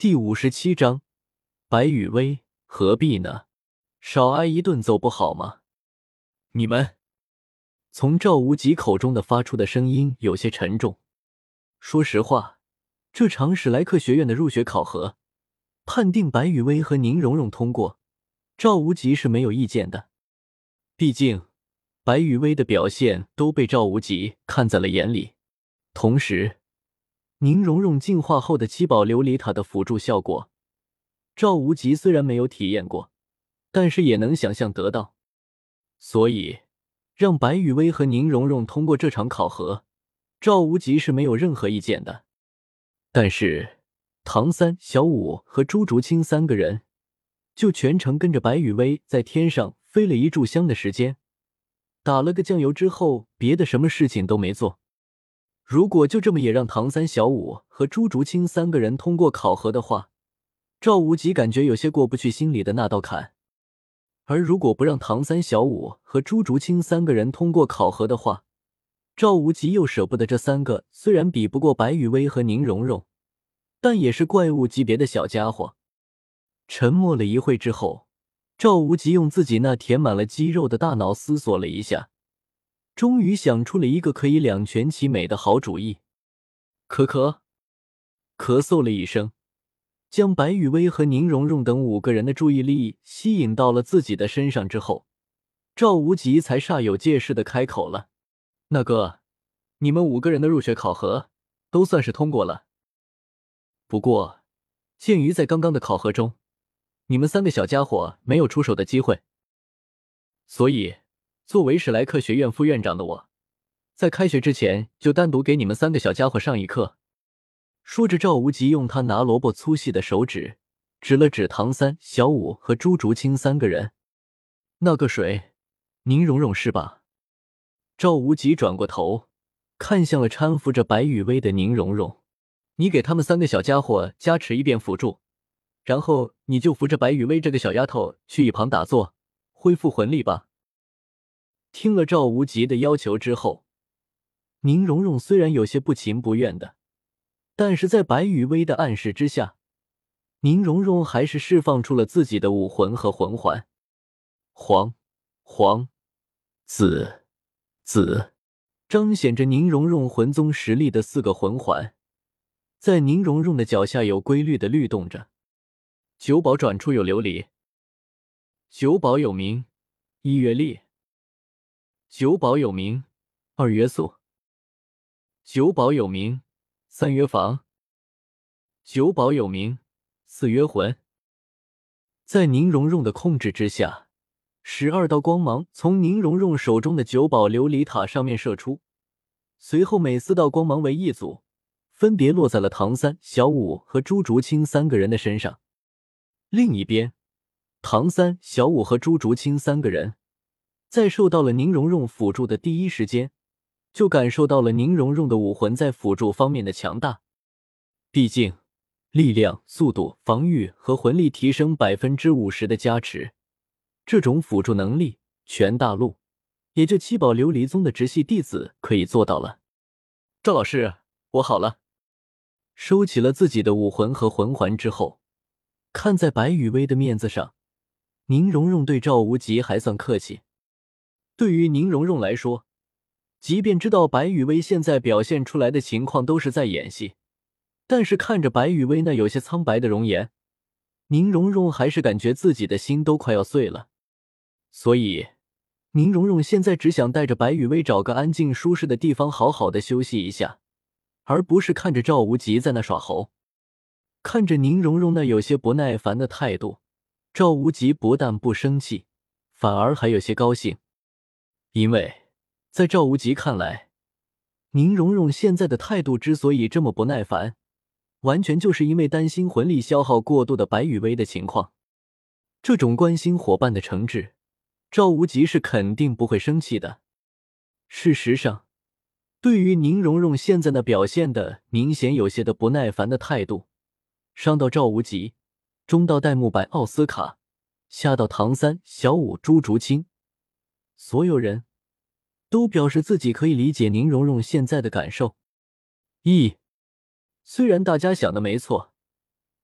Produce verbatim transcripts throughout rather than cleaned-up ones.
第五十七章，白羽薇，何必呢？少挨一顿揍不好吗？你们……从赵无极口中的发出的声音有些沉重。说实话，这场史莱克学院的入学考核，判定白羽薇和宁荣荣通过，赵无极是没有意见的。毕竟，白羽薇的表现都被赵无极看在了眼里。同时，宁荣荣进化后的七宝琉璃塔的辅助效果，赵无极虽然没有体验过，但是也能想象得到。所以，让白羽薇和宁荣荣通过这场考核，赵无极是没有任何意见的。但是，唐三、小舞和朱竹清三个人，就全程跟着白羽薇在天上飞了一炷香的时间，打了个酱油之后，别的什么事情都没做。如果就这么也让唐三、小舞和朱竹清三个人通过考核的话，赵无极感觉有些过不去心里的那道坎。而如果不让唐三、小舞和朱竹清三个人通过考核的话，赵无极又舍不得这三个虽然比不过白羽薇和宁荣荣，但也是怪物级别的小家伙。沉默了一会之后，赵无极用自己那填满了肌肉的大脑思索了一下，终于想出了一个可以两全其美的好主意。咳咳，咳嗽了一声，将白羽薇和宁荣荣等五个人的注意力吸引到了自己的身上之后，赵无极才煞有介事地开口了：“那个，你们五个人的入学考核都算是通过了。不过，鉴于在刚刚的考核中，你们三个小家伙没有出手的机会，所以作为史莱克学院副院长的我，在开学之前就单独给你们三个小家伙上一课。”说着，赵无极用他拿萝卜粗细的手指指了指唐三、小舞和朱竹清三个人。那个谁，宁荣荣是吧？赵无极转过头，看向了搀扶着白羽薇的宁荣荣。你给他们三个小家伙加持一遍辅助，然后你就扶着白羽薇这个小丫头去一旁打坐，恢复魂力吧。听了赵无极的要求之后，宁荣荣虽然有些不情不愿的，但是在白羽薇的暗示之下，宁荣荣还是释放出了自己的武魂和魂环。黄、黄、紫、紫，彰显着宁荣荣魂宗实力的四个魂环，在宁荣荣的脚下有规律的律动着。九宝转出有琉璃，九宝有名，一月烈；九宝有名，二月素；九宝有名，三约防，九宝有名，四约魂。在宁荣荣的控制之下，十二道光芒从宁荣荣手中的九宝琉璃塔上面射出，随后每四道光芒为一组，分别落在了唐三、小舞和朱竹清三个人的身上。另一边，唐三、小舞和朱竹清三个人在受到了宁荣荣辅助的第一时间，就感受到了宁荣荣的武魂在辅助方面的强大。毕竟，力量、速度、防御和魂力提升 百分之五十 的加持，这种辅助能力，全大陆也就七宝琉璃宗的直系弟子可以做到了。赵老师，我好了。收起了自己的武魂和魂环之后，看在白羽薇的面子上，宁荣荣对赵无极还算客气。对于宁荣荣来说，即便知道白羽薇现在表现出来的情况都是在演戏，但是看着白羽薇那有些苍白的容颜，宁荣荣还是感觉自己的心都快要碎了。所以，宁荣荣现在只想带着白羽薇找个安静舒适的地方好好的休息一下，而不是看着赵无极在那耍猴。看着宁荣荣那有些不耐烦的态度，赵无极不但不生气，反而还有些高兴。因为在赵无极看来，宁荣荣现在的态度之所以这么不耐烦，完全就是因为担心魂力消耗过度的白羽薇的情况。这种关心伙伴的诚挚，赵无极是肯定不会生气的。事实上，对于宁荣荣现在那表现的明显有些的不耐烦的态度，上到赵无极，中到戴沐白、奥斯卡，下到唐三、小舞、朱竹清，所有人都表示自己可以理解宁荣荣现在的感受。一，虽然大家想的没错，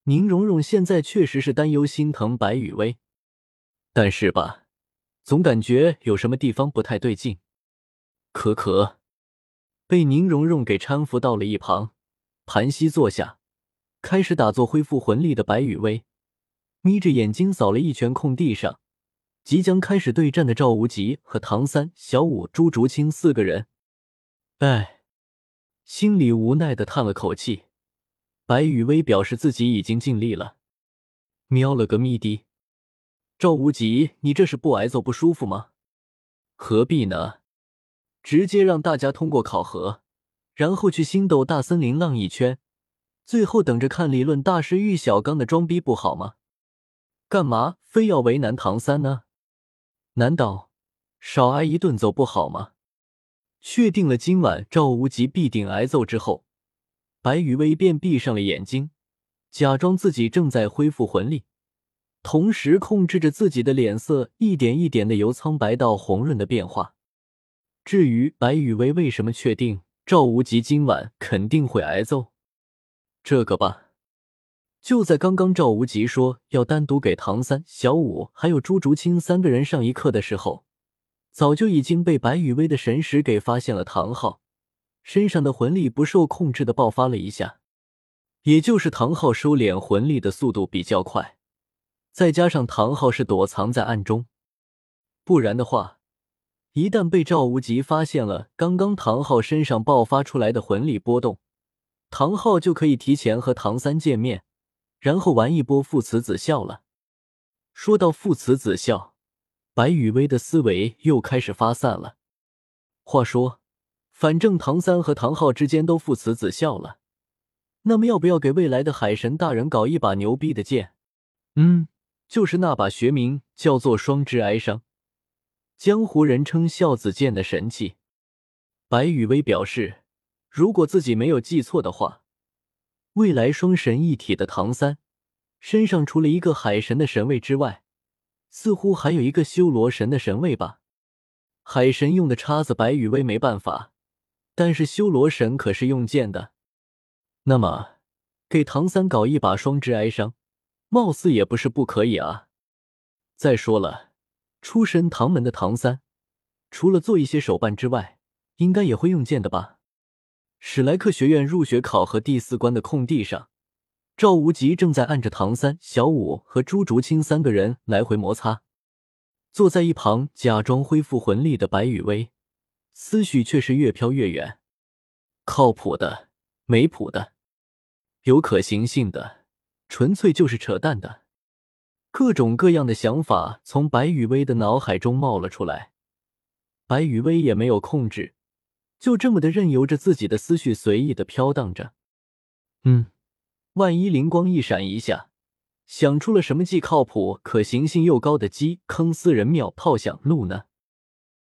宁荣荣现在确实是担忧心疼白雨薇，但是吧，总感觉有什么地方不太对劲。可可被宁荣荣给搀扶到了一旁，盘膝坐下，开始打坐恢复魂力的白雨薇眯着眼睛扫了一圈空地上即将开始对战的赵无极和唐三、小舞、朱竹清四个人。哎，心里无奈地叹了口气。白雨薇表示自己已经尽力了，瞄了个咪的。赵无极，你这是不挨揍不舒服吗？何必呢？直接让大家通过考核，然后去星斗大森林浪一圈，最后等着看理论大师玉小刚的装逼不好吗？干嘛非要为难唐三呢？难道少挨一顿揍不好吗？确定了今晚赵无极必定挨揍之后，白雨薇便闭上了眼睛，假装自己正在恢复魂力，同时控制着自己的脸色一点一点的由苍白到红润的变化。至于白雨薇为什么确定赵无极今晚肯定会挨揍，这个吧，就在刚刚赵无极说要单独给唐三、小舞还有朱竹清三个人上一课的时候，早就已经被白雨薇的神识给发现了唐昊身上的魂力不受控制的爆发了一下，也就是唐昊收敛魂力的速度比较快，再加上唐昊是躲藏在暗中，不然的话，一旦被赵无极发现了刚刚唐昊身上爆发出来的魂力波动，唐昊就可以提前和唐三见面，然后玩一波父慈子孝了。说到父慈子孝，白雨薇的思维又开始发散了。话说，反正唐三和唐昊之间都父慈子孝了，那么要不要给未来的海神大人搞一把牛逼的剑？嗯，就是那把学名叫做双之哀伤，江湖人称孝子剑的神器。白雨薇表示，如果自己没有记错的话，未来双神一体的唐三身上除了一个海神的神位之外，似乎还有一个修罗神的神位吧。海神用的叉子白雨薇没办法，但是修罗神可是用剑的。那么给唐三搞一把双之哀伤，貌似也不是不可以啊。再说了，出身唐门的唐三，除了做一些手办之外，应该也会用剑的吧。史莱克学院入学考核第四关的空地上，赵无极正在按着唐三、小舞和朱竹清三个人来回摩擦。坐在一旁假装恢复魂力的白雨薇，思绪却是越飘越远。靠谱的，没谱的，有可行性的，纯粹就是扯淡的。各种各样的想法从白雨薇的脑海中冒了出来，白雨薇也没有控制，就这么的任由着自己的思绪随意的飘荡着。嗯，万一灵光一闪一下，想出了什么既靠谱可行性又高的鸡坑私人庙炮响路呢？